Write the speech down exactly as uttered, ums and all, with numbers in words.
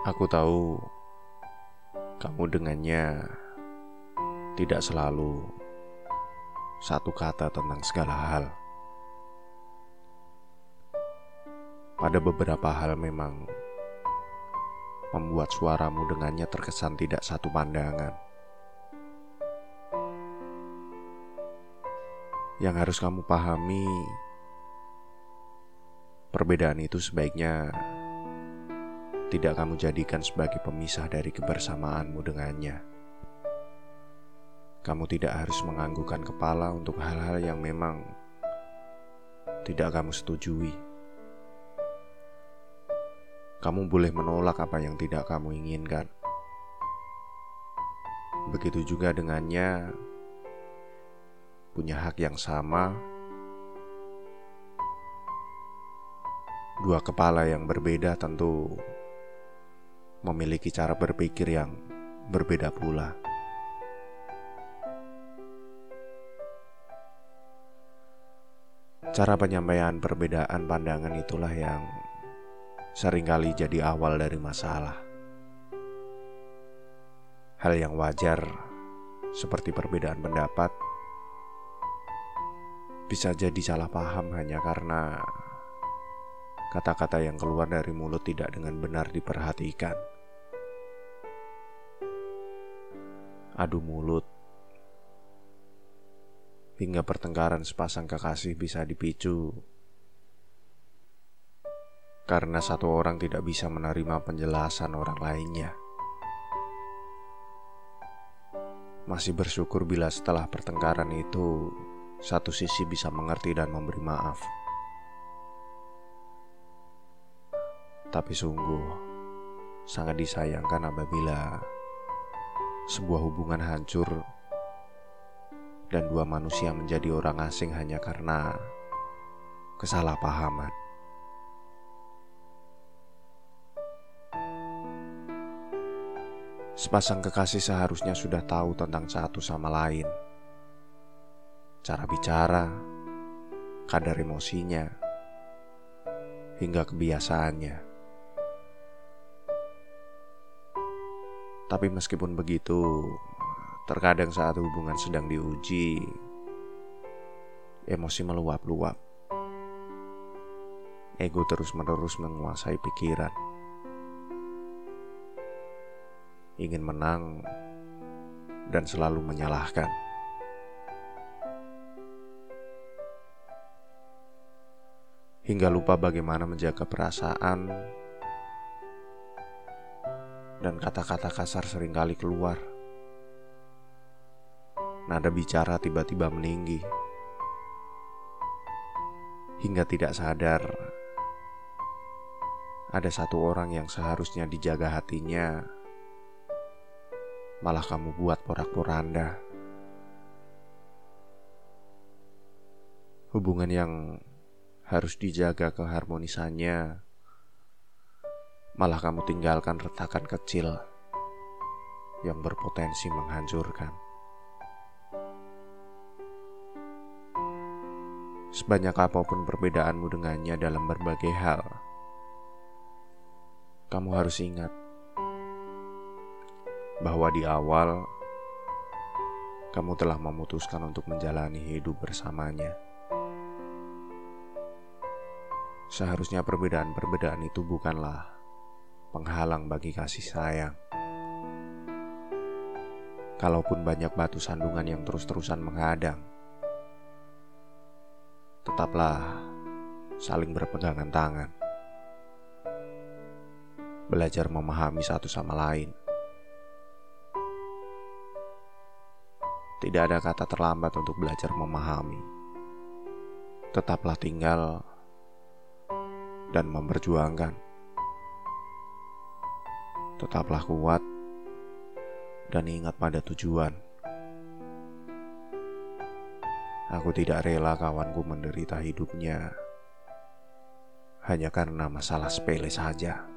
Aku tahu kamu dengannya tidak selalu satu kata tentang segala hal. Pada beberapa hal memang membuat suaramu dengannya terkesan tidak satu pandangan. Yang harus kamu pahami, perbedaan itu sebaiknya tidak kamu jadikan sebagai pemisah dari kebersamaanmu dengannya. Kamu tidak harus menganggukkan kepala untuk hal-hal yang memang tidak kamu setujui. Kamu boleh menolak apa yang tidak kamu inginkan. Begitu juga dengannya punya hak yang sama. Dua kepala yang berbeda tentu memiliki cara berpikir yang berbeda pula. Cara penyampaian perbedaan pandangan itulah yang seringkali jadi awal dari masalah. Hal yang wajar seperti perbedaan pendapat bisa jadi salah paham hanya karena kata-kata yang keluar dari mulut tidak dengan benar diperhatikan. Adu mulut hingga pertengkaran sepasang kekasih bisa dipicu karena satu orang tidak bisa menerima penjelasan orang lainnya. Masih bersyukur bila setelah pertengkaran itu satu sisi bisa mengerti dan memberi maaf. Tapi sungguh sangat disayangkan apabila sebuah hubungan hancur dan dua manusia menjadi orang asing hanya karena kesalahpahaman. Sepasang kekasih seharusnya sudah tahu tentang satu sama lain, cara bicara, kadar emosinya, hingga kebiasaannya. Tapi meskipun begitu, terkadang saat hubungan sedang diuji, emosi meluap-luap. Ego terus-menerus menguasai pikiran. Ingin menang dan selalu menyalahkan. Hingga lupa bagaimana menjaga perasaan, dan kata-kata kasar seringkali keluar. Nada bicara tiba-tiba meninggi. Hingga tidak sadar ada satu orang yang seharusnya dijaga hatinya, malah kamu buat porak-poranda. Hubungan yang harus dijaga keharmonisannya, malah kamu tinggalkan retakan kecil yang berpotensi menghancurkan. Sebanyak apapun perbedaanmu dengannya dalam berbagai hal, kamu harus ingat bahwa di awal kamu telah memutuskan untuk menjalani hidup bersamanya. Seharusnya perbedaan-perbedaan itu bukanlah penghalang bagi kasih sayang. Kalaupun banyak batu sandungan yang terus-terusan menghadang, tetaplah saling berpegangan tangan. Belajar memahami satu sama lain. Tidak ada kata terlambat untuk belajar memahami. Tetaplah tinggal dan memperjuangkan. Tetaplah kuat dan ingat pada tujuan. Aku tidak rela kawanku menderita hidupnya hanya karena masalah sepele saja.